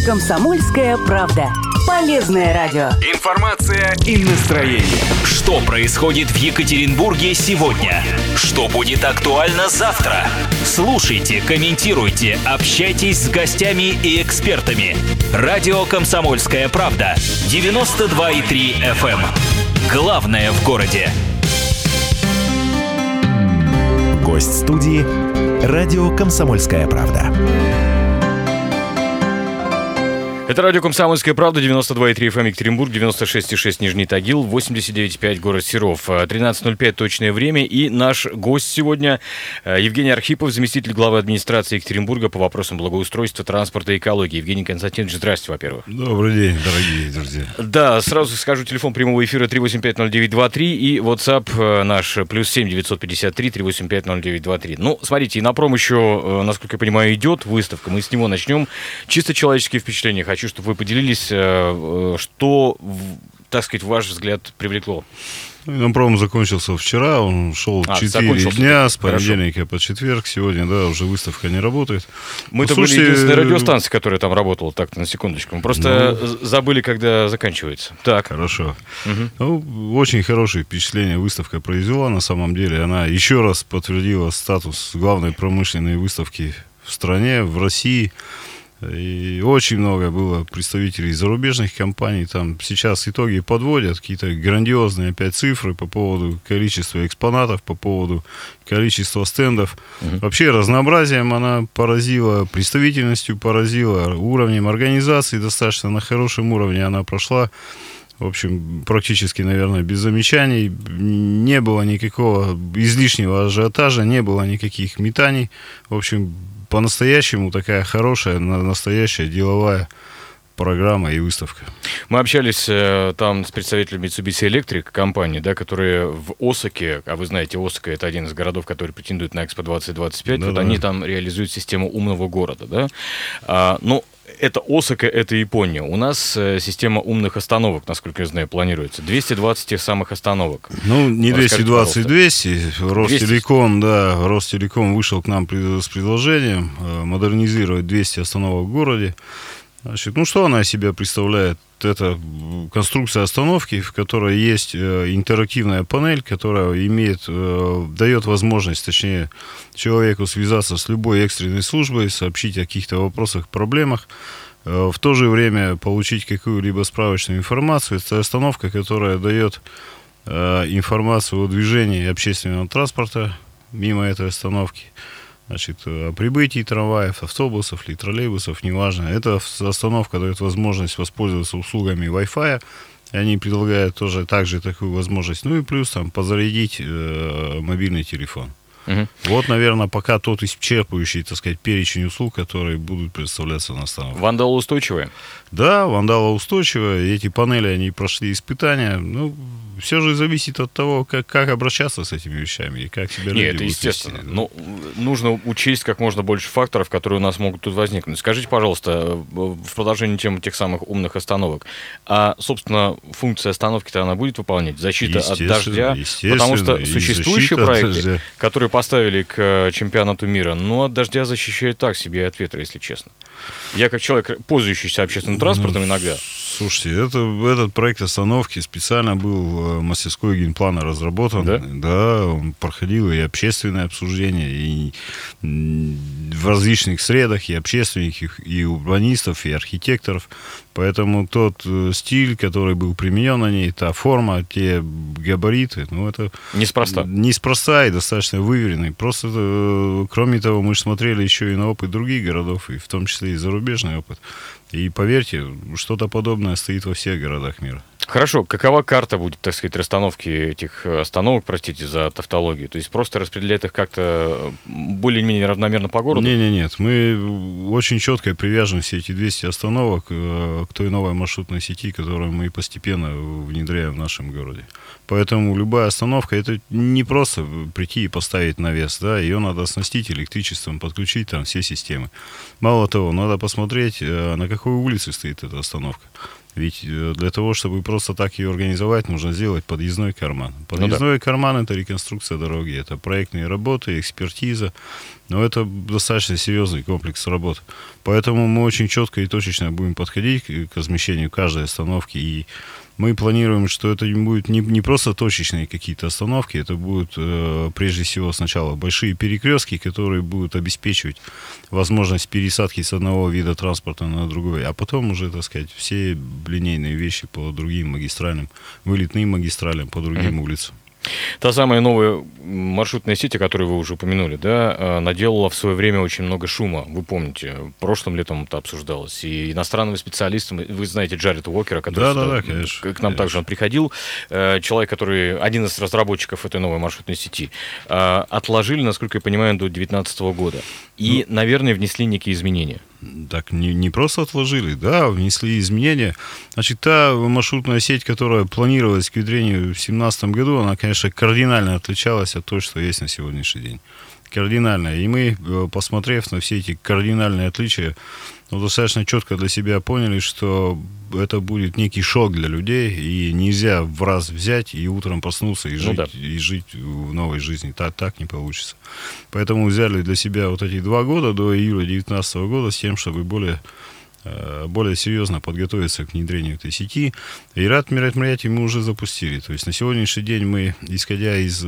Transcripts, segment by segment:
«Комсомольская правда». Полезное радио. Информация и настроение. Что происходит в Екатеринбурге сегодня? Что будет актуально завтра? Слушайте, комментируйте, общайтесь с гостями и экспертами. Радио «Комсомольская правда». 92,3 FM. Главное в городе. Гость студии «Радио «Комсомольская правда». Это радио «Комсомольская правда», 92,3 FM Екатеринбург, 96,6 Нижний Тагил, 89,5 город Серов. 13:05 точное время, и наш гость сегодня Евгений Архипов, заместитель главы администрации Екатеринбурга по вопросам благоустройства, транспорта и экологии. Евгений Константинович, здравствуйте, во-первых. Добрый день, дорогие друзья. Да, сразу скажу, телефон прямого эфира 3850923 и WhatsApp наш +7 953 385 0923. Ну, смотрите, и на пром еще, насколько я понимаю, идет выставка. Мы с него начнем. Чисто человеческие впечатления. Хочу, чтобы вы поделились, что, так сказать, ваш взгляд привлекло. Инопром закончился вчера, он шел 4 дня, с понедельника по четверг. Сегодня, да, уже выставка не работает. Мы-то были единственная радиостанция, которая там работала, так-то, на секундочку. Мы просто забыли, когда заканчивается. Так. Хорошо. Ну, очень хорошее впечатление выставка произвела, на самом деле. Она еще раз подтвердила статус главной промышленной выставки в стране, в России. И очень много было представителей зарубежных компаний. Там сейчас итоги подводят, какие-то грандиозные опять цифры по поводу количества экспонатов, по поводу количества стендов. Вообще разнообразием она поразила, представительностью поразила, уровнем организации достаточно на хорошем уровне она прошла. В общем, практически, наверное, без замечаний. Не было никакого излишнего ажиотажа, не было никаких метаний. В общем, по-настоящему такая хорошая, настоящая деловая программа и выставка. Мы общались там с представителями Mitsubishi Electric компании, да, которые в Осаке, а вы знаете, Осака — это один из городов, который претендует на Экспо 2025, вот они там реализуют систему умного города, да. Ну, это Осака, это Япония. У нас система умных остановок, насколько я знаю, планируется. 220 тех самых остановок. Ну, не 220, 200. Ростелеком вышел к нам с предложением модернизировать 200 остановок в городе. Значит, ну, что она из себя представляет? Это конструкция остановки, в которой есть интерактивная панель, которая дает возможность, точнее, человеку связаться с любой экстренной службой, сообщить о каких-то вопросах, проблемах, в то же время получить какую-либо справочную информацию. Это остановка, которая дает информацию о движении общественного транспорта мимо этой остановки. Значит, о прибытии трамваев, автобусов или троллейбусов, неважно. Эта остановка дает возможность воспользоваться услугами Wi-Fi. Они предлагают тоже также такую возможность. Ну и плюс там подзарядить мобильный телефон. Вот, наверное, пока тот исчерпывающий, так сказать, перечень услуг, которые будут представляться на остановке. Вандалоустойчивые? Да, вандалоустойчивые. Эти панели, они прошли испытания. Ну, все же зависит от того, как обращаться с этими вещами и как себя люди будут вести. Естественно. Но нужно учесть как можно больше факторов, которые у нас могут тут возникнуть. Скажите, пожалуйста, в продолжении темы тех самых умных остановок, а, собственно, функция остановки-то она будет выполнять? Защита от дождя? Потому что существующие проекты, которые поставили к чемпионату мира, но от дождя защищает так себе и от ветра, если честно. Я как человек, пользующийся общественным транспортом иногда. Слушайте, этот проект остановки специально был мастерской генплана разработан. Да, он проходил и общественное обсуждение, и в различных средах, и общественников, и урбанистов, и архитекторов. Поэтому тот стиль, который был применен на ней, та форма, те габариты, это неспроста и достаточно выверенный. Просто, кроме того, мы же смотрели еще и на опыт других городов, и в том числе и зарубежный опыт. И поверьте, что-то подобное стоит во всех городах мира. Хорошо, какова карта будет, так сказать, расстановки этих остановок, простите за тавтологию? То есть просто распределять их как-то более-менее равномерно по городу? Нет. Мы очень четко привяжем все эти 200 остановок к той новой маршрутной сети, которую мы постепенно внедряем в нашем городе. Поэтому любая остановка, это не просто прийти и поставить навес, да, ее надо оснастить электричеством, подключить там все системы. Мало того, надо посмотреть, на какой улице стоит эта остановка. Ведь для того, чтобы просто так ее организовать, нужно сделать подъездной карман. Подъездной карман — это реконструкция дороги, это проектные работы, экспертиза. Но это достаточно серьезный комплекс работ. Поэтому мы очень четко и точечно будем подходить к размещению каждой остановки. И мы планируем, что это будет не просто точечные какие-то остановки, это будут прежде всего сначала большие перекрестки, которые будут обеспечивать возможность пересадки с одного вида транспорта на другой, а потом уже, так сказать, все линейные вещи по другим магистралям, вылетным магистралям по другим улицам. Та самая новая маршрутная сеть, о которой вы уже упомянули, да, наделала в свое время очень много шума. Вы помните, прошлым летом это обсуждалось. И иностранным специалистам, вы знаете Джаред Уокера, который конечно, к нам также он приходил, человек, который один из разработчиков этой новой маршрутной сети, отложили, насколько я понимаю, до 2019 года. И, наверное, внесли некие изменения. Так не просто отложили, да, внесли изменения. Значит, та маршрутная сеть, которая планировалась к внедрению в 2017 году, она, конечно, кардинально отличалась от той, что есть на сегодняшний день. Кардинально. И мы, посмотрев на все эти кардинальные отличия, достаточно четко для себя поняли, что это будет некий шок для людей, и нельзя в раз взять и утром проснуться и жить в новой жизни. Так не получится. Поэтому взяли для себя вот эти 2 года до июля 2019 года с тем, чтобы более серьезно подготовиться к внедрению этой сети. И ряд мероприятий мы уже запустили. То есть на сегодняшний день мы, исходя из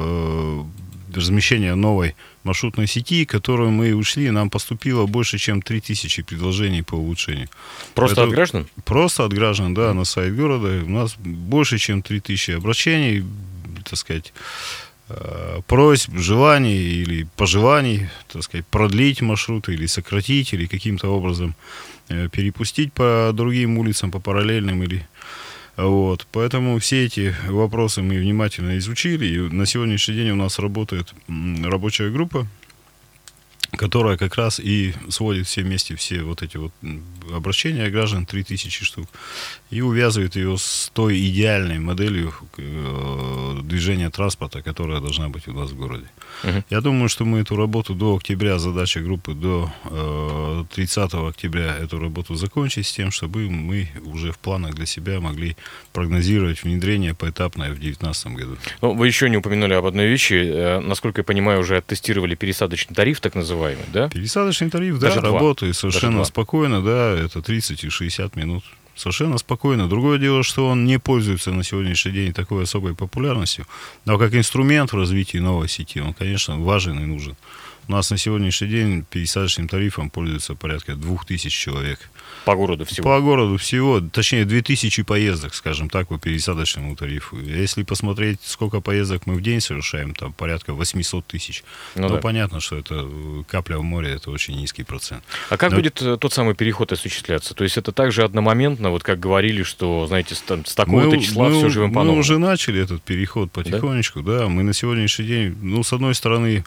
размещения новой маршрутной сети, которую мы ушли, нам поступило больше, чем 3000 предложений по улучшению. Просто от граждан? Просто от граждан, да, на сайт города. У нас больше, чем 3000 обращений, так сказать, просьб, желаний или пожеланий, так сказать, продлить маршруты или сократить, или каким-то образом перепустить по другим улицам, по параллельным или... Вот, поэтому все эти вопросы мы внимательно изучили, и на сегодняшний день у нас работает рабочая группа, которая как раз и сводит все вместе все вот эти вот обращения граждан, 3000 штук, и увязывает ее с той идеальной моделью движения транспорта, которая должна быть у нас в городе. Я думаю, что мы эту работу до октября, задача группы до 30 октября эту работу закончить с тем, чтобы мы уже в планах для себя могли прогнозировать внедрение поэтапное в 2019 году. Ну, вы еще не упомянули об одной вещи. Насколько я понимаю, уже оттестировали пересадочный тариф, так называемый, да? Пересадочный тариф, даже да, работает совершенно спокойно, да, это 30 и 60 минут. Совершенно спокойно. Другое дело, что он не пользуется на сегодняшний день такой особой популярностью, но как инструмент в развитии новой сети он, конечно, важен и нужен. У нас на сегодняшний день пересадочным тарифом пользуется порядка 2000 человек. По городу всего? По городу всего, точнее 2000 поездок, скажем так, по пересадочному тарифу. Если посмотреть, сколько поездок мы в день совершаем, там порядка 800 тысяч. Ну, понятно, что это капля в море, это очень низкий процент. А как будет тот самый переход осуществляться? То есть это также одномоментно, вот как говорили, что, знаете, с такого-то числа все живем по-новому? Мы уже начали этот переход потихонечку, да. Мы на сегодняшний день, с одной стороны,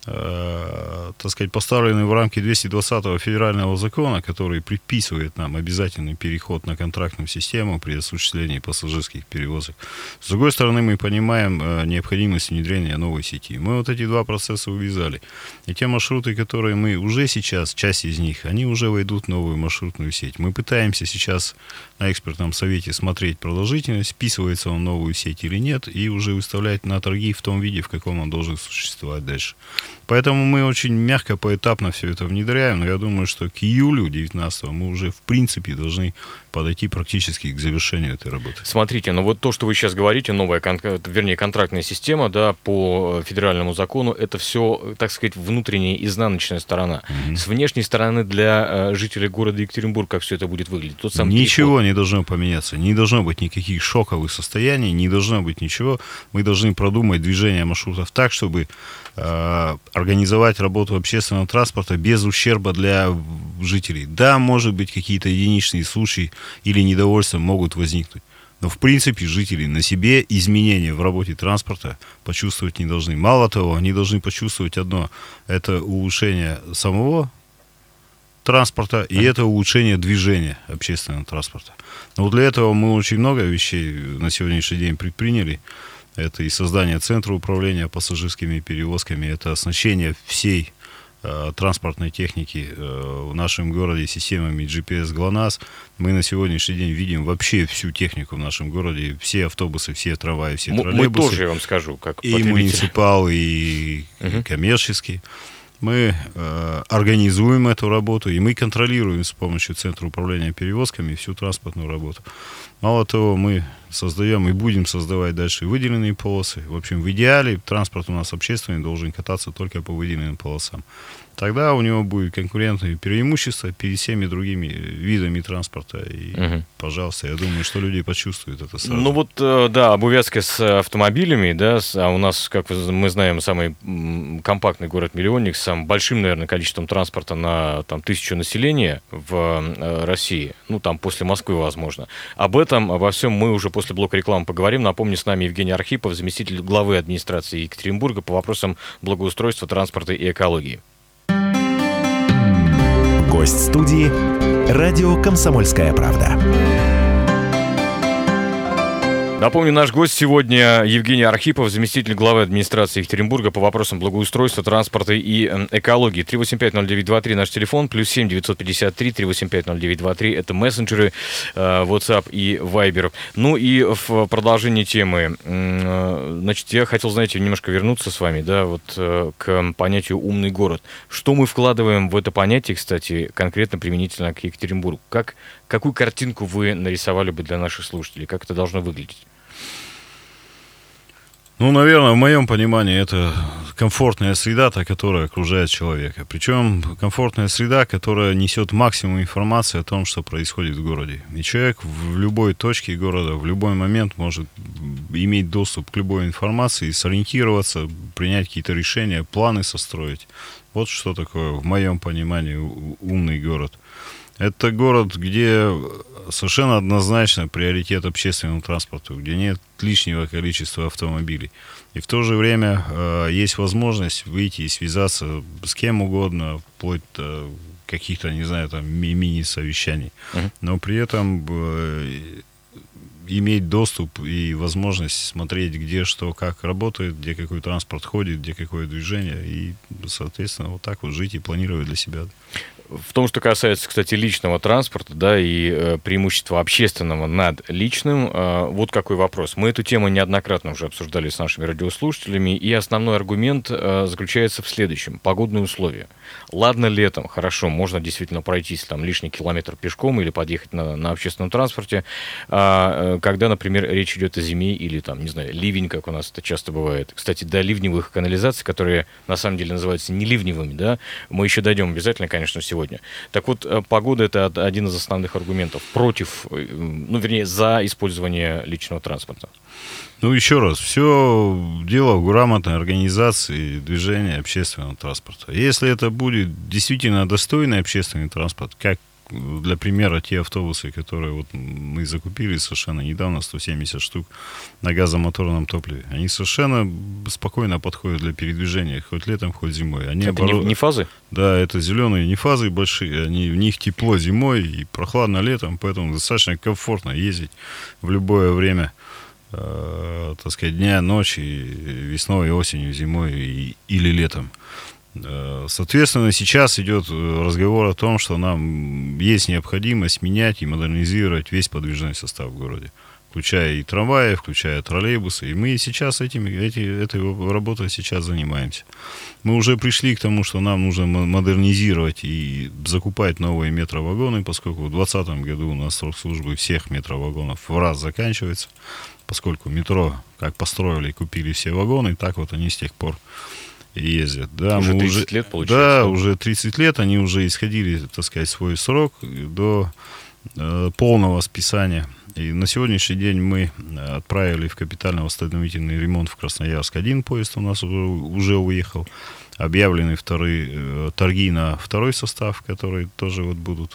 так сказать, поставлены в рамки 220-го федерального закона, который предписывает нам обязательный переход на контрактную систему при осуществлении пассажирских перевозок. С другой стороны, мы понимаем необходимость внедрения новой сети. Мы вот эти два процесса увязали. И те маршруты, которые мы уже сейчас, часть из них, они уже войдут в новую маршрутную сеть. Мы пытаемся сейчас на экспертном совете смотреть продолжительность, вписывается он в новую сеть или нет, и уже выставлять на торги в том виде, в каком он должен существовать дальше. Поэтому мы очень мягко, поэтапно все это внедряем, но я думаю, что к июлю 2019 мы уже в принципе должны подойти практически к завершению этой работы. Смотрите, вот то, что вы сейчас говорите, новая, контрактная система, да, по федеральному закону, это все, так сказать, внутренняя, изнаночная сторона. С внешней стороны для жителей города Екатеринбург, как все это будет выглядеть? Тот самый ничего не должно поменяться, не должно быть никаких шоковых состояний, не должно быть ничего. Мы должны продумать движение маршрутов так, чтобы организовать работу общественного транспорта без ущерба для жителей. Да, может быть, какие-то единичные случаи или недовольства могут возникнуть. Но, в принципе, жители на себе изменения в работе транспорта почувствовать не должны. Мало того, они должны почувствовать одно. Это улучшение самого транспорта и это улучшение движения общественного транспорта. Но для этого мы очень много вещей на сегодняшний день предприняли. Это и создание центра управления пассажирскими перевозками, это оснащение всей транспортной техники в нашем городе системами GPS GLONASS. Мы на сегодняшний день видим вообще всю технику в нашем городе, все автобусы, все трамваи, все троллейбусы. Мы тоже, я вам скажу, как и муниципал, и коммерческий. Мы организуем эту работу, и мы контролируем с помощью Центра управления перевозками всю транспортную работу. Мало того, мы создаем и будем создавать дальше выделенные полосы. В общем, в идеале транспорт у нас общественный должен кататься только по выделенным полосам. Тогда у него будет конкурентное преимущество перед всеми другими видами транспорта. И, пожалуйста, я думаю, что люди почувствуют это сразу. Ну вот, да, об увязке с автомобилями, да, а у нас, как мы знаем, самый компактный город-миллионник с самым большим, наверное, количеством транспорта на 1000 населения в России, ну, там, после Москвы, возможно. Обо всем мы уже после блока рекламы поговорим. Напомню, с нами Евгений Архипов, заместитель главы администрации Екатеринбурга по вопросам благоустройства, транспорта и экологии. Гость студии «Радио Комсомольская правда». Напомню, наш гость сегодня Евгений Архипов, заместитель главы администрации Екатеринбурга по вопросам благоустройства, транспорта и экологии. 3850923 наш телефон, +7 953 385 0923 это мессенджеры WhatsApp и Viber. Ну и в продолжении темы, значит, я хотел, знаете, немножко вернуться с вами, да, вот к понятию «умный город». Что мы вкладываем в это понятие, кстати, конкретно применительно к Екатеринбургу? Какую картинку вы нарисовали бы для наших слушателей? Как это должно выглядеть? Ну, наверное, в моем понимании это комфортная среда, та, которая окружает человека. Причем комфортная среда, которая несет максимум информации о том, что происходит в городе. И человек в любой точке города, в любой момент может иметь доступ к любой информации, сориентироваться, принять какие-то решения, планы состроить. Вот что такое, в моем понимании, умный город. Это город, где совершенно однозначно приоритет общественному транспорту, где нет лишнего количества автомобилей. И в то же время есть возможность выйти и связаться с кем угодно, вплоть до каких-то, не знаю, там, мини-совещаний. Но при этом иметь доступ и возможность смотреть, где что, как работает, где какой транспорт ходит, где какое движение. И, соответственно, вот так вот жить и планировать для себя. В том, что касается, кстати, личного транспорта, да, и преимущества общественного над личным, вот какой вопрос. Мы эту тему неоднократно уже обсуждали с нашими радиослушателями, и основной аргумент заключается в следующем. Погодные условия. Ладно, летом, хорошо, можно действительно пройтись там лишний километр пешком или подъехать на общественном транспорте, когда, например, речь идет о зиме или, там, не знаю, ливень, как у нас это часто бывает. Кстати, до ливневых канализаций, которые на самом деле называются не ливневыми, да, мы еще дойдем обязательно, конечно, сегодня. Так вот, погода — это один из основных аргументов против, ну, вернее, за использование личного транспорта. Ну, еще раз, все дело в грамотной организации движения общественного транспорта. Если это будет действительно достойный общественный транспорт, как, для примера, те автобусы, которые вот мы закупили совершенно недавно, 170 штук на газомоторном топливе, они совершенно спокойно подходят для передвижения, хоть летом, хоть зимой. Они это не фазы? Да, это зеленые не фазы большие, в них тепло зимой и прохладно летом, поэтому достаточно комфортно ездить в любое время, так сказать, дня, ночи, весной, осенью, зимой или летом. Соответственно, сейчас идет разговор о том, что нам есть необходимость менять и модернизировать весь подвижной состав в городе, включая и трамваи, включая троллейбусы. И мы сейчас этой работой сейчас занимаемся. Мы уже пришли к тому, что нам нужно модернизировать и закупать новые метровагоны, поскольку в 2020 году у нас срок службы всех метровагонов в раз заканчивается, поскольку метро как построили и купили все вагоны, так вот они с тех пор и ездят. Да, уже 30 лет, получается? Да, уже 30 лет они уже исходили, так сказать, свой срок до полного списания. И на сегодняшний день мы отправили в капитально-восстановительный ремонт в Красноярск один поезд, у нас уже уехал. Объявлены торги на второй состав, которые тоже вот будут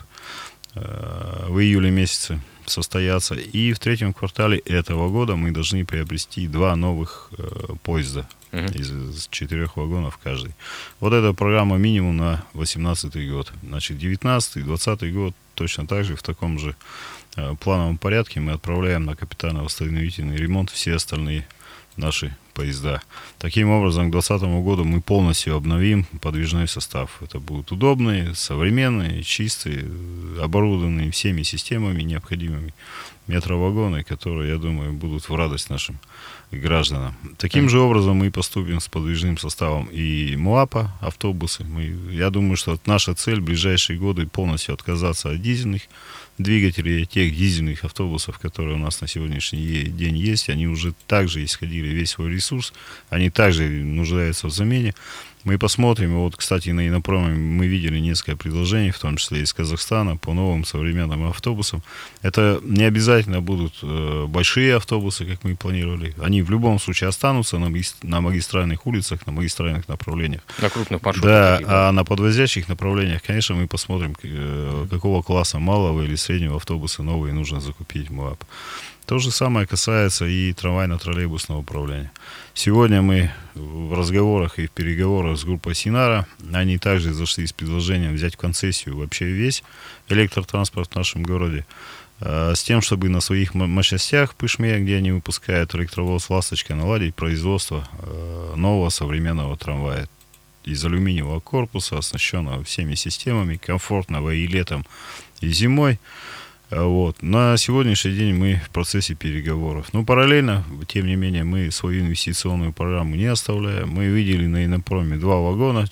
в июле месяце состояться. И в третьем квартале этого года мы должны приобрести 2 новых поезда из 4 вагонов каждый. Вот эта программа минимум на 2018 год. Значит, 2019 и 2020 год точно так же в таком же плановом порядке мы отправляем на капитально-восстановительный ремонт все остальные наши поезда. Таким образом, к 2020 году мы полностью обновим подвижной состав. Это будут удобные, современные, чистые, оборудованные всеми системами необходимыми метровагоны, которые, я думаю, будут в радость нашим гражданам. Таким же образом мы поступим с подвижным составом и МУАПа, автобусы. Я думаю, что наша цель в ближайшие годы полностью отказаться от дизельных двигателей, тех дизельных автобусов, которые у нас на сегодняшний день есть. Они уже также исходили весь свой ресурс, они также нуждаются в замене. Мы посмотрим, вот, кстати, на Инопроме мы видели несколько предложений, в том числе из Казахстана, по новым современным автобусам. Это не обязательно будут большие автобусы, как мы планировали. Они в любом случае останутся на магистральных улицах, на магистральных направлениях. На крупных маршрутах. Да, а на подвозящих направлениях, конечно, мы посмотрим, какого класса малого или среднего автобуса новые нужно закупить в МУАП. То же самое касается и трамвайно-троллейбусного управления. Сегодня мы в разговорах и в переговорах с группой Синара, они также зашли с предложением взять в концессию вообще весь электротранспорт в нашем городе, с тем, чтобы на своих мощностях в Пышме, где они выпускают электровоз «Ласточка», наладить производство нового современного трамвая из алюминиевого корпуса, оснащенного всеми системами, комфортного и летом, и зимой. Вот. На сегодняшний день мы в процессе переговоров. Но параллельно, тем не менее, мы свою инвестиционную программу не оставляем. Мы видели на Инопроме 2 вагона,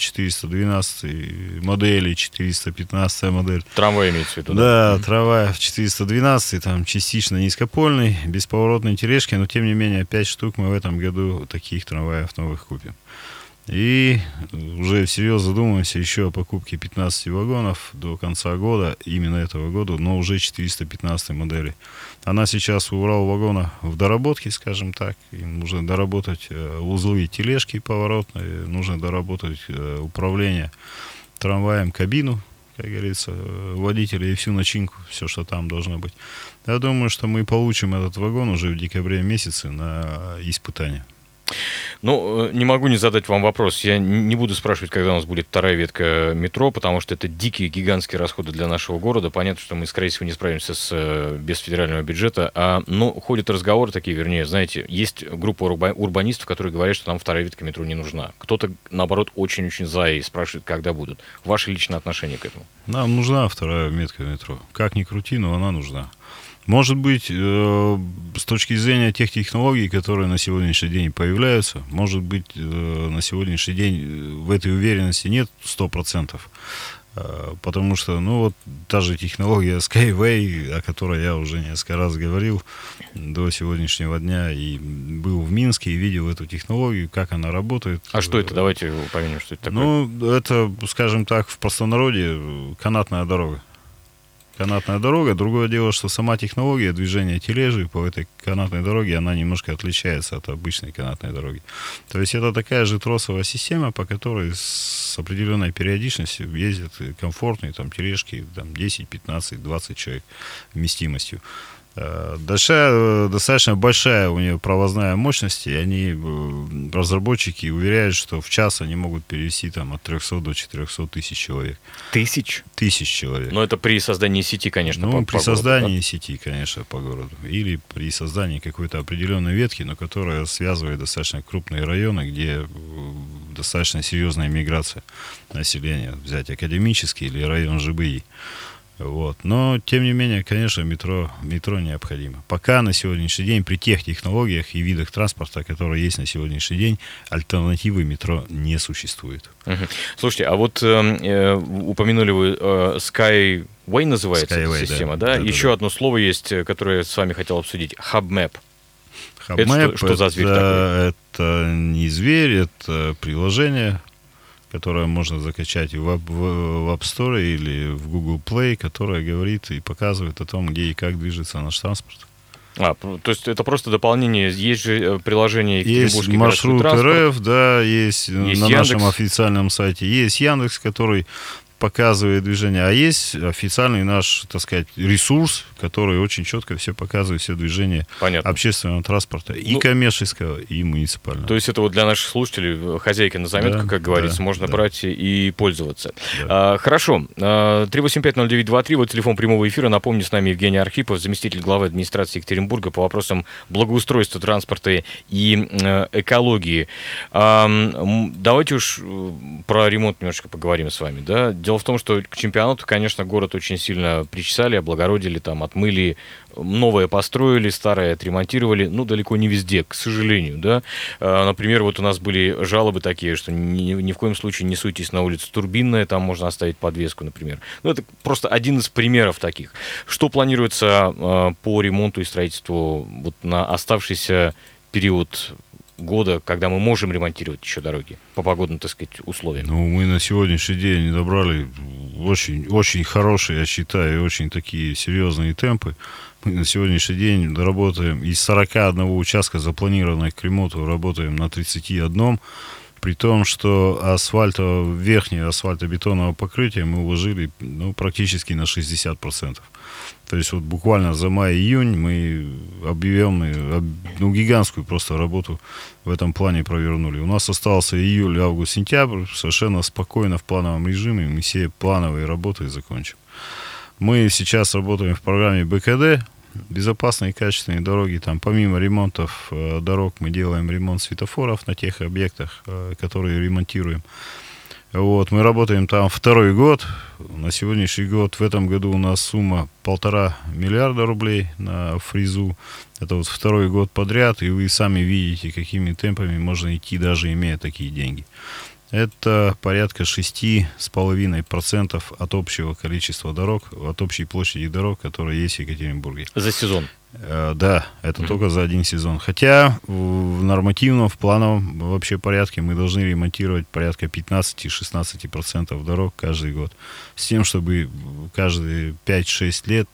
412 модели, 415 модель. Трамвай имеется в виду, да? Да, трамвай 412, там частично низкопольный, бесповоротной тележки, но тем не менее 5 штук мы в этом году таких трамваев новых купим. И уже всерьез задумываемся еще о покупке 15 вагонов до конца года, именно этого года, но уже 415 модели. Она сейчас у Уралвагона в доработке, скажем так. Им нужно доработать узлы и тележки поворотные, нужно доработать управление трамваем, кабину, как говорится, водителя и всю начинку, все, что там должно быть. Я думаю, что мы получим этот вагон уже в декабре месяце на испытание. Ну, не могу не задать вам вопрос. Я не буду спрашивать, когда у нас будет вторая ветка метро, потому что это дикие, гигантские расходы для нашего города. Понятно, что мы, скорее всего, не справимся без федерального бюджета. Но ходят разговоры такие, вернее, знаете, есть группа урбанистов, которые говорят, что нам вторая ветка метро не нужна. Кто-то, наоборот, очень-очень за и спрашивает, когда будут. Ваше личное отношение к этому? Нам нужна вторая ветка метро. Как ни крути, но она нужна. Может быть, с точки зрения тех технологий, которые на сегодняшний день появляются, может быть, на сегодняшний день в этой уверенности нет 100%. Потому что, вот та же технология Skyway, о которой я уже несколько раз говорил до сегодняшнего дня, и был в Минске, и видел эту технологию, как она работает. А что это? Давайте упомянем, что это такое. Это, скажем так, в простонародье канатная дорога. Канатная дорога. Другое дело, что сама технология движения тележек по этой канатной дороге, она немножко отличается от обычной канатной дороги. То есть это такая же тросовая система, по которой с определенной периодичностью ездят комфортные тележки 10, 15, 20 человек вместимостью. Достаточно большая у нее провозная мощность, и они, разработчики, уверяют, что в час они могут перевести от 300 до 400 тысяч человек. Тысяч человек. Но это при создании сети, конечно, при создании сети, конечно, по городу. Или при создании какой-то определенной ветки, но которая связывает достаточно крупные районы, где достаточно серьезная миграция населения. Взять академический или район ЖБИ. Но, тем не менее, конечно, метро необходимо. Пока на сегодняшний день, при тех технологиях и видах транспорта, которые есть на сегодняшний день, альтернативы метро не существует. Слушайте, а вот упомянули вы Skyway называется эта система, да? Еще одно слово есть, которое я с вами хотел обсудить. HubMap. HubMap что за зверь такой? Это не зверь, это приложение, которое можно закачать в App Store или в Google Play, которое говорит и показывает о том, где и как движется наш транспорт. То есть это просто дополнение. Есть же приложение Екатеринбургский маршрут РФ, да, есть на Яндекс. Нашем официальном сайте. Есть Яндекс, который показывает движение, а есть официальный наш, так сказать, ресурс, который очень четко все показывает, все движения общественного транспорта, и коммерческого, и муниципального. То есть это для наших слушателей хозяйка на заметку, как говорится, можно брать и пользоваться. Да. Хорошо. 3850923, вот телефон прямого эфира. Напомню, с нами Евгений Архипов, заместитель главы администрации Екатеринбурга по вопросам благоустройства, транспорта и экологии. Давайте уж про ремонт немножко поговорим с вами. Да? Дело в том, что к чемпионату, конечно, город очень сильно причесали, облагородили, там, отмыли, новое построили, старое отремонтировали, ну, далеко не везде, к сожалению, да. Например, вот у нас были жалобы такие, что ни в коем случае не суйтесь на улицу Турбинная, там можно оставить подвеску, например. Ну, это просто один из примеров таких. Что планируется по ремонту и строительству вот на оставшийся период года, когда мы можем ремонтировать еще дороги по погодным, так сказать, условиям? Ну, мы на сегодняшний день добрали очень, очень хорошие, я считаю, очень такие серьезные темпы. Мы на сегодняшний день работаем из 41 участка, запланированных к ремонту, работаем на 31, при том, что верхнее асфальтобетонного покрытия мы уложили практически на 60%. То есть вот буквально за май-июнь мы гигантскую просто работу в этом плане провернули. У нас остался июль, август, сентябрь, совершенно спокойно в плановом режиме мы все плановые работы закончим. Мы сейчас работаем в программе БКД, безопасные и качественные дороги. Там помимо ремонтов дорог мы делаем ремонт светофоров на тех объектах, которые ремонтируем. Вот, мы работаем там второй год. На сегодняшний год, в этом году у нас сумма 1,5 миллиарда рублей на фрезу. Это вот второй год подряд, и вы сами видите, какими темпами можно идти, даже имея такие деньги. Это порядка 6,5% от общего количества дорог, от общей площади дорог, которые есть в Екатеринбурге. За сезон? Да, это только за один сезон. Хотя в нормативном, в плановом вообще порядке мы должны ремонтировать порядка 15-16% дорог каждый год. С тем, чтобы каждые 5-6 лет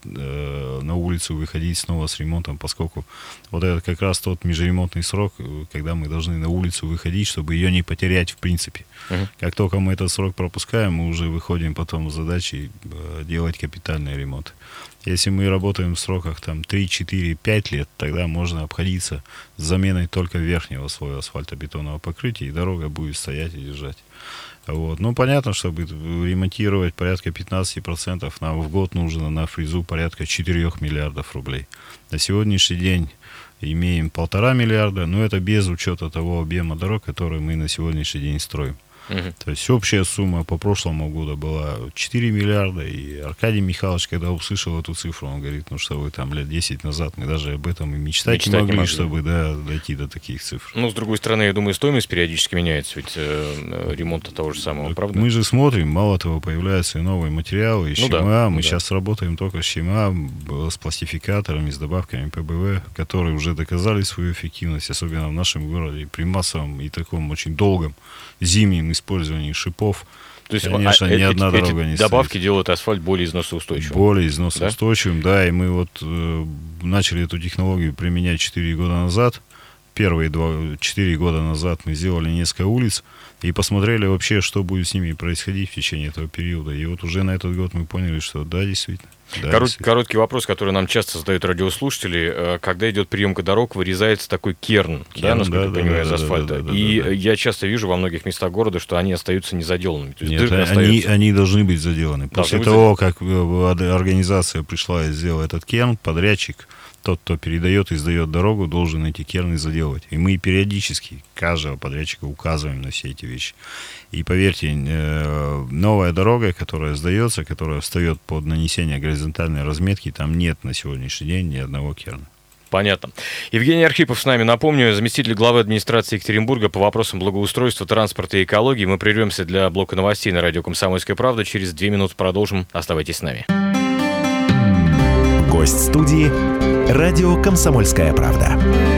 на улицу выходить снова с ремонтом, поскольку вот это как раз тот межремонтный срок, когда мы должны на улицу выходить, чтобы ее не потерять в принципе. Как только мы этот срок пропускаем, мы уже выходим потом с задачей делать капитальный ремонт. Если мы работаем в сроках там 3, 4, 5 лет, тогда можно обходиться с заменой только верхнего слоя асфальтобетонного покрытия, и дорога будет стоять и держать. Вот. Ну, понятно, чтобы ремонтировать порядка 15%, нам в год нужно на фрезу порядка 4 миллиардов рублей. На сегодняшний день имеем 1,5 миллиарда, но это без учета того объема дорог, который мы на сегодняшний день строим. То есть общая сумма по прошлому году была 4 миллиарда, и Аркадий Михайлович, когда услышал эту цифру, он говорит, ну что вы там лет 10 назад, мы даже об этом и мечтать не могли, чтобы дойти до таких цифр. Ну, с другой стороны, я думаю, стоимость периодически меняется, ведь ремонта того же самого, правда? Мы же смотрим, мало того, появляются и новые материалы, и ЩМА, мы сейчас работаем только с ЩМА, с пластификаторами, с добавками ПБВ, которые уже доказали свою эффективность, особенно в нашем городе, при массовом и таком очень долгом зимнем использовании шипов. То есть, конечно, ни одна дорога не добавки стоит. Делают асфальт более износоустойчивым. Более износоустойчивым, да, и мы вот начали эту технологию применять 4 года назад. Первые 4 года назад мы сделали несколько улиц и посмотрели вообще, что будет с ними происходить в течение этого периода. И вот уже на этот год мы поняли, что да, действительно. Короткий вопрос, который нам часто задают радиослушатели. Когда идет приемка дорог, вырезается такой керн, насколько я понимаю, из асфальта. Я часто вижу во многих местах города, что они остаются незаделанными. То есть нет, они должны быть заделаны. После того, как организация пришла и сделала этот керн, подрядчик, тот, кто передает и сдает дорогу, должен эти керны заделывать. И мы периодически каждого подрядчика указываем на все эти вещи. И поверьте, новая дорога, которая сдается, которая встает под нанесение горизонтальной разметки, там нет на сегодняшний день ни одного керна. Понятно. Евгений Архипов с нами, напомню, заместитель главы администрации Екатеринбурга по вопросам благоустройства, транспорта и экологии. Мы прервемся для блока новостей на радио «Комсомольская правда». Через 2 минуты продолжим. Оставайтесь с нами. Гость студии «Радио Комсомольская правда».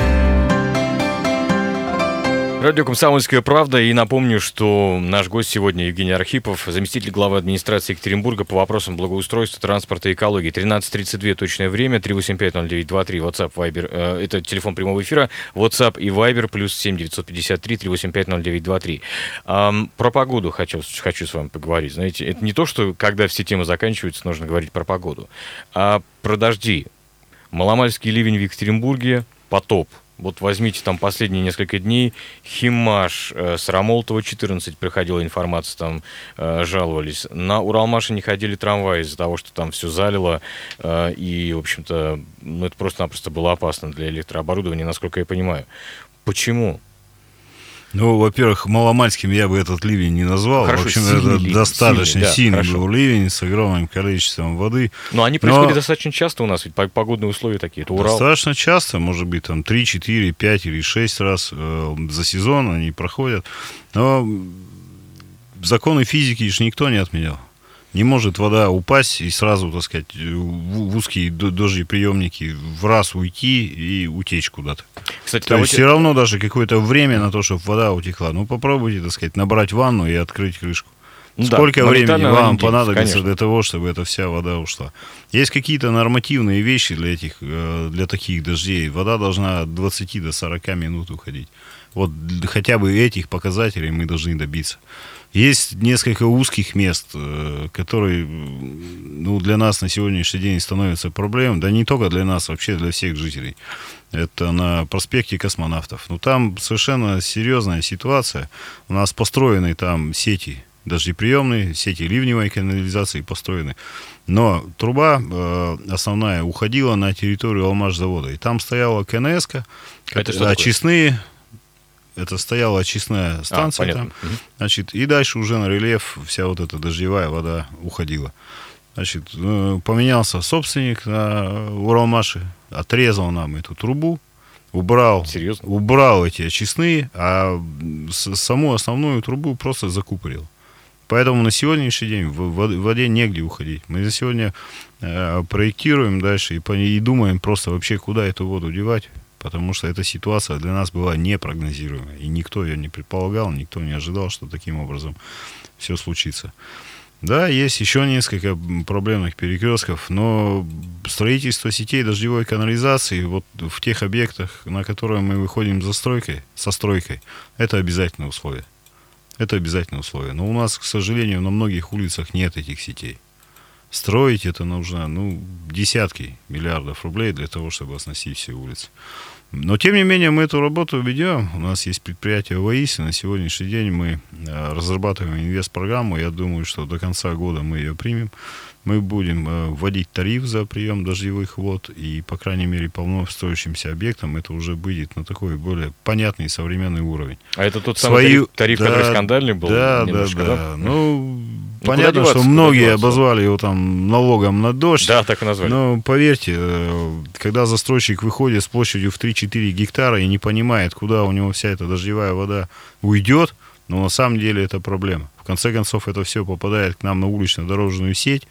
Радио «Комсомольская правда». И напомню, что наш гость сегодня Евгений Архипов, заместитель главы администрации Екатеринбурга по вопросам благоустройства, транспорта и экологии. 13:32 точное время, 3850923, WhatsApp, Viber, это телефон прямого эфира, WhatsApp и Viber, +7 953 385 0923. Про погоду хочу с вами поговорить. Знаете, это не то, что когда все темы заканчиваются, нужно говорить про погоду, а про дожди. Маломальский ливень в Екатеринбурге, потоп. Вот возьмите там последние несколько дней, Химмаш, с Рамолтова 14 приходила информация, там жаловались. На Уралмаше не ходили трамваи из-за того, что там все залило, и, в общем-то, это просто-напросто было опасно для электрооборудования, насколько я понимаю. Почему? Ну, во-первых, маломальским я бы этот ливень не назвал. Хорошо, в общем, сильный это ливень, достаточно сильный хорошо. был ливень с огромным количеством воды. Но они происходят достаточно часто у нас, ведь погодные условия такие. Это Урал. Достаточно часто, может быть, там 3, 4, 5 или 6 раз за сезон они проходят. Но законы физики же никто не отменял. Не может вода упасть и сразу, так сказать, в узкие дождеприемники в раз уйти и утечь куда-то. Кстати, То есть все равно даже какое-то время на то, чтобы вода утекла. Ну, попробуйте, так сказать, набрать ванну и открыть крышку. Ну да, Сколько времени моментально она вам не денется, понадобится конечно. для того, чтобы эта вся вода ушла? Есть какие-то нормативные вещи для таких дождей. Вода должна от 20 до 40 минут уходить. Вот хотя бы этих показателей мы должны добиться. Есть несколько узких мест, которые для нас на сегодняшний день становятся проблемой. Да не только для нас, вообще для всех жителей. Это на проспекте Космонавтов. Но там совершенно серьезная ситуация. У нас построены там сети дождеприемные, сети ливневой канализации построены. Но труба основная уходила на территорию Алмашзавода. И там стояла КНС-ка, очистные. Это стояла очистная станция там. Значит, и дальше уже на рельеф вся вот эта дождевая вода уходила. Значит, поменялся собственник на Уралмаше, отрезал нам эту трубу, убрал эти очистные, а саму основную трубу просто закупорил. Поэтому на сегодняшний день в воде негде уходить. Мы за сегодня проектируем дальше и думаем просто вообще, куда эту воду девать. Потому что эта ситуация для нас была непрогнозируемая. И никто ее не предполагал, никто не ожидал, что таким образом все случится. Да, есть еще несколько проблемных перекрестков, но строительство сетей дождевой канализации вот в тех объектах, на которые мы выходим со стройкой, это обязательное условие. Это обязательное условие. Но у нас, к сожалению, на многих улицах нет этих сетей. Строить это нужно, десятки миллиардов рублей для того, чтобы оснастить все улицы. Но, тем не менее, мы эту работу ведем. У нас есть предприятие ВАИС, и на сегодняшний день мы разрабатываем инвестпрограмму. Я думаю, что до конца года мы ее примем. Мы будем вводить тариф за прием дождевых вод, и, по крайней мере, по вновь строящимся объектам это уже выйдет на такой более понятный современный уровень. А это тот самый тариф, да, который скандальный был? Да. Понятно, что многие обозвали его там налогом на дождь. Да, так и назвали. Но поверьте, когда застройщик выходит с площадью в 3-4 гектара и не понимает, куда у него вся эта дождевая вода уйдет, но на самом деле это проблема. В конце концов, это все попадает к нам на улично-дорожную сеть,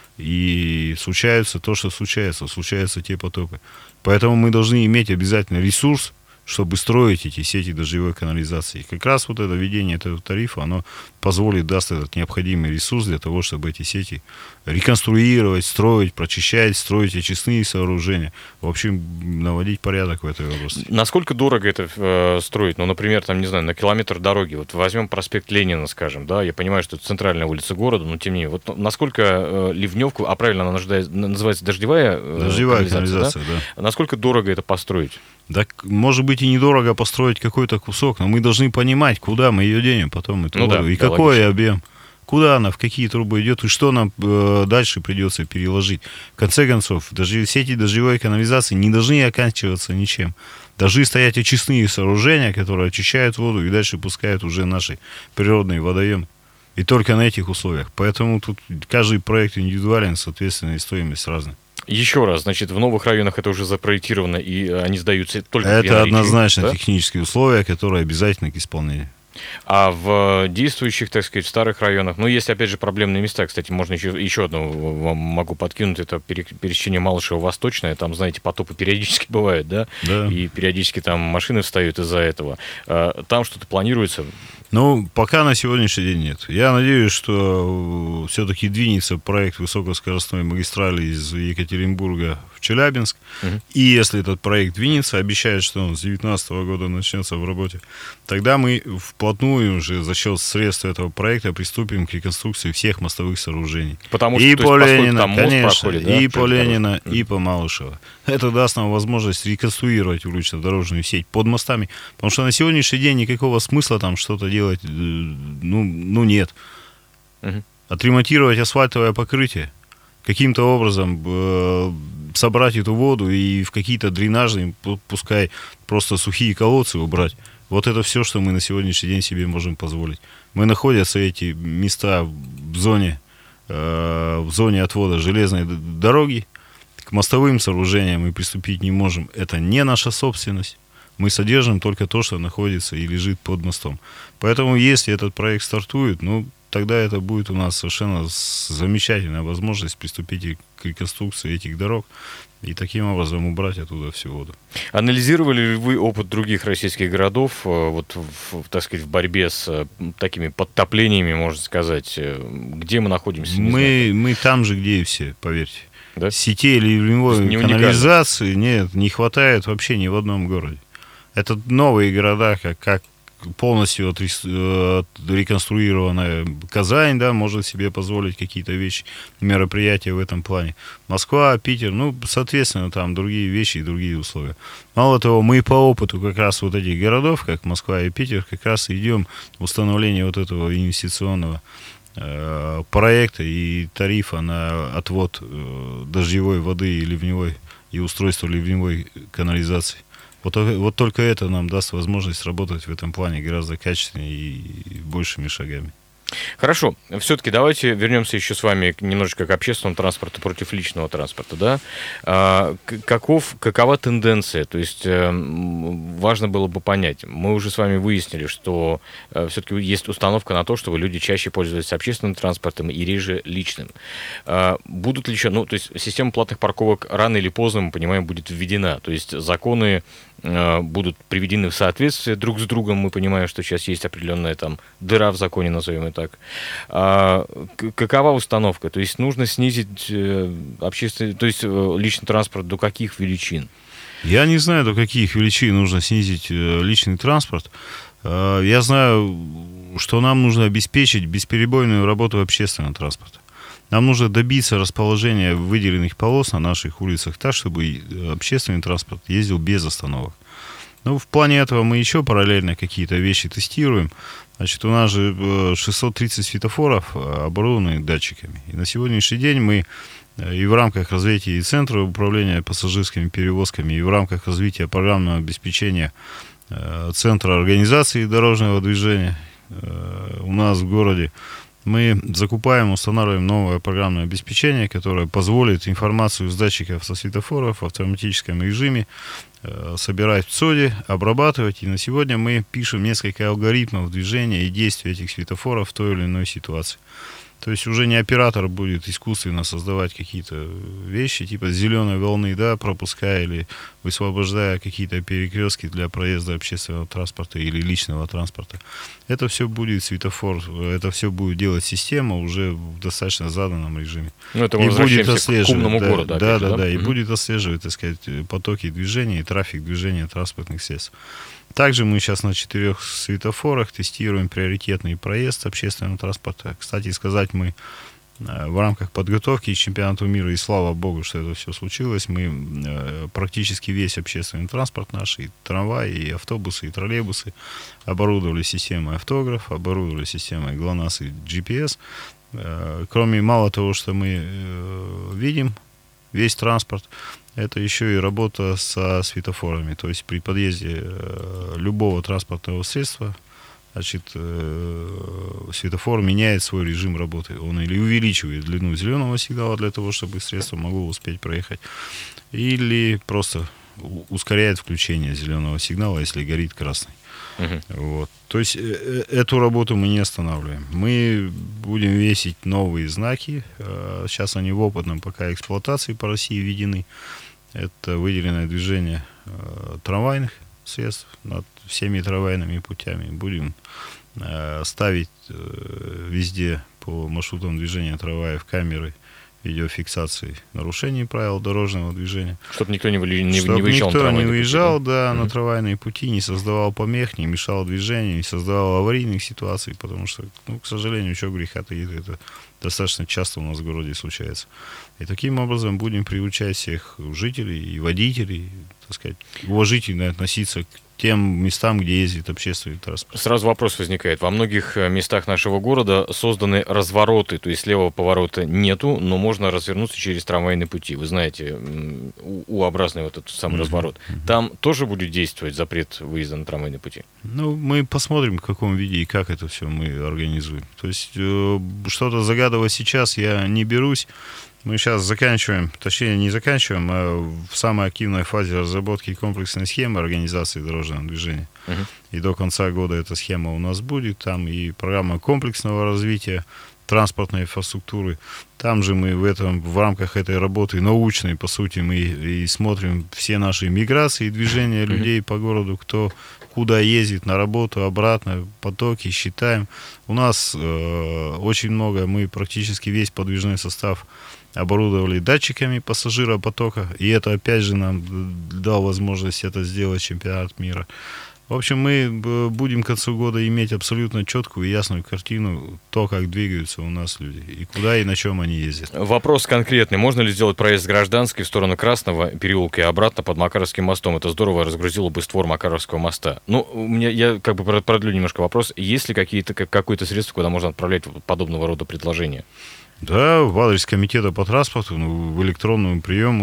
и случается то, что случаются те потопы. Поэтому мы должны иметь обязательно ресурс, чтобы строить эти сети дождевой канализации. И как раз вот это введение этого тарифа, оно даст этот необходимый ресурс для того, чтобы эти сети реконструировать, строить, прочищать, строить очистные сооружения. В общем, наводить порядок в этой области. Насколько дорого это строить? Например, там, не знаю, на километр дороги. Вот возьмем проспект Ленина, скажем, да, я понимаю, что это центральная улица города, но тем не менее. Вот насколько ливневку, а правильно она называется дождевая канализация, да? Насколько дорого это построить? Да, может быть, и недорого построить какой-то кусок, но мы должны понимать, куда мы ее денем потом, эту воду, и какой объем, куда она, в какие трубы идет, и что нам дальше придется переложить. В конце концов, сети дождевой канализации не должны оканчиваться ничем. Должны стоять очистные сооружения, которые очищают воду и дальше пускают уже наши природные водоемы. И только на этих условиях. Поэтому тут каждый проект индивидуален, соответственно, и стоимость разная. Еще раз, значит, в новых районах это уже запроектировано, и они сдаются только при наличии. Это однозначно технические условия, которые обязательны к исполнению. А в действующих, так сказать, в старых районах, есть, опять же, проблемные места. Кстати, можно еще одно вам могу подкинуть, это пересечение Малышева-Восточное. Там, знаете, потопы периодически бывают, да? Да. И периодически там машины встают из-за этого. Там что-то планируется? Пока на сегодняшний день нет. Я надеюсь, что все-таки двинется проект высокоскоростной магистрали из Екатеринбурга в Челябинск. И если этот проект двинется, обещают, что он с 2019 года начнется в работе, тогда мы вплотную уже за счет средств этого проекта приступим к реконструкции всех мостовых сооружений. Потому что, и по Ленина, там мост конечно, проходит, да? и по Ленина, и по Малышево. Это даст нам возможность реконструировать улично-дорожную сеть под мостами, потому что на сегодняшний день никакого смысла там что-то делать, нет. Отремонтировать асфальтовое покрытие, каким-то образом собрать эту воду и в какие-то дренажные, пускай просто сухие колодцы убрать. Вот это все, что мы на сегодняшний день себе можем позволить. Мы находимся, эти места, в зоне отвода железной дороги. К мостовым сооружениям мы приступить не можем. Это не наша собственность. Мы содержим только то, что находится и лежит под мостом. Поэтому, если этот проект стартует, тогда это будет у нас совершенно замечательная возможность приступить к реконструкции этих дорог и таким образом убрать оттуда всю воду. Анализировали ли вы опыт других российских городов так сказать, в борьбе с такими подтоплениями, можно сказать? Где мы находимся? Мы там же, где и все, поверьте. Да? Сетей или ливневой канализации не хватает вообще ни в одном городе. Это новые города, как полностью реконструированная Казань, да, может себе позволить какие-то вещи, мероприятия в этом плане. Москва, Питер, соответственно, там другие вещи и другие условия. Мало того, мы по опыту как раз вот этих городов, как Москва и Питер, как раз идем в установление вот этого инвестиционного проекта и тарифа на отвод дождевой воды и ливневой, и устройство ливневой канализации. Вот только это нам даст возможность работать в этом плане гораздо качественнее и большими шагами. Хорошо. Все-таки давайте вернемся еще с вами немножечко к общественному транспорту против личного транспорта. Да? Какова тенденция? То есть важно было бы понять. Мы уже с вами выяснили, что все-таки есть установка на то, чтобы люди чаще пользовались общественным транспортом и реже личным. Будут ли еще... то есть система платных парковок рано или поздно, мы понимаем, будет введена. То есть законы будут приведены в соответствие друг с другом. Мы понимаем, что сейчас есть определенная там дыра в законе, назовем это так. Какова установка? То есть нужно снизить личный транспорт до каких величин? Я не знаю, до каких величин нужно снизить личный транспорт. Я знаю, что нам нужно обеспечить бесперебойную работу общественного транспорта. Нам нужно добиться расположения выделенных полос на наших улицах так, чтобы общественный транспорт ездил без остановок. В плане этого мы еще параллельно какие-то вещи тестируем. Значит, у нас же 630 светофоров оборудованы датчиками. И на сегодняшний день мы и в рамках развития и Центра управления пассажирскими перевозками, и в рамках развития программного обеспечения Центра организации дорожного движения у нас в городе, мы закупаем, устанавливаем новое программное обеспечение, которое позволит информацию с датчиков со светофоров в автоматическом режиме собирать в ЦОДе, обрабатывать. И на сегодня мы пишем несколько алгоритмов движения и действия этих светофоров в той или иной ситуации. То есть уже не оператор будет искусственно создавать какие-то вещи, типа зеленой волны, да, пропуская или высвобождая какие-то перекрестки для проезда общественного транспорта или личного транспорта. Это все будет светофор, это все будет делать система уже в достаточно заданном режиме. Это мы возвращаемся к умному городу. Да, и будет отслеживать, так сказать, потоки движения и трафик движения транспортных средств. Также мы сейчас на 4 светофорах тестируем приоритетный проезд общественного транспорта. Кстати сказать, мы в рамках подготовки к чемпионату мира, и слава богу, что это все случилось, мы практически весь общественный транспорт наш, и трамваи, и автобусы, и троллейбусы оборудовали системой автограф, оборудовали системой ГЛОНАСС и GPS. Кроме мало того, что мы видим весь транспорт, это еще и работа со светофорами. То есть при подъезде любого транспортного средства, значит, светофор меняет свой режим работы. Он или увеличивает длину зеленого сигнала для того, чтобы средство могло успеть проехать, или просто ускоряет включение зеленого сигнала, если горит красный. Вот. То есть эту работу мы не останавливаем. Мы будем весить новые знаки. Сейчас они в опытном пока эксплуатации по России введены. Это выделенное движение трамвайных средств над всеми трамвайными путями. Будем ставить везде по маршрутам движения трамваев камеры видеофиксации нарушений правил дорожного движения. Чтобы никто не выезжал на трамвайные пути, не создавал помех, не мешал движению, не создавал аварийных ситуаций, потому что, к сожалению, еще греха таит, это достаточно часто у нас в городе случается. И таким образом будем приучать всех жителей и водителей, так сказать, уважительно относиться к тем местам, где ездит общественный транспорт. Сразу вопрос возникает. Во многих местах нашего города созданы развороты, то есть левого поворота нету, но можно развернуться через трамвайные пути. Вы знаете, U-образный вот этот самый разворот. Там тоже будет действовать запрет выезда на трамвайные пути? Ну, мы посмотрим, в каком виде и как это все мы организуем. То есть что-то загадывать сейчас я не берусь. Мы сейчас заканчиваем, точнее не заканчиваем, а в самой активной фазе разработки комплексной схемы организации дорожного движения. И до конца года эта схема у нас будет. Там и программа комплексного развития транспортной инфраструктуры. Там же мы в рамках этой работы научной, по сути, мы и смотрим все наши миграции, движения людей по городу, кто куда ездит на работу, обратно, потоки, считаем. У нас очень много, мы практически весь подвижной состав оборудовали датчиками пассажиропотока, и это опять же нам дал возможность это сделать чемпионат мира. В общем, мы будем к концу года иметь абсолютно четкую и ясную картину, то, как двигаются у нас люди, и куда и на чем они ездят. Вопрос конкретный. Можно ли сделать проезд с Гражданской в сторону Красного переулка и обратно под Макаровским мостом? Это здорово разгрузило бы створ Макаровского моста. Ну, я как бы продлю немножко вопрос. Есть ли какое-то средство, куда можно отправлять подобного рода предложения? Да, в адрес комитета по транспорту, в электронную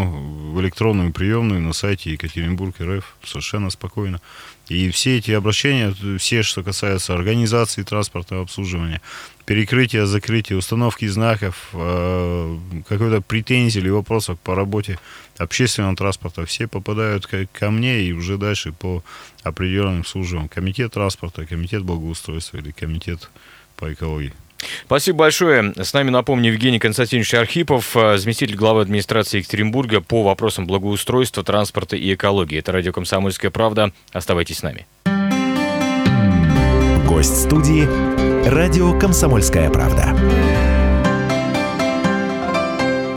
приемную на сайте Екатеринбург.РФ, совершенно спокойно. И все эти обращения, все, что касается организации транспортного обслуживания, перекрытия, закрытия, установки знаков, какой-то претензий или вопросов по работе общественного транспорта, все попадают ко мне и уже дальше по определенным службам. Комитет транспорта, комитет благоустройства или комитет по экологии. Спасибо большое. С нами, напомню, Евгений Константинович Архипов, заместитель главы администрации Екатеринбурга по вопросам благоустройства, транспорта и экологии. Это радио «Комсомольская правда». Оставайтесь с нами. Гость студии «Радио Комсомольская правда».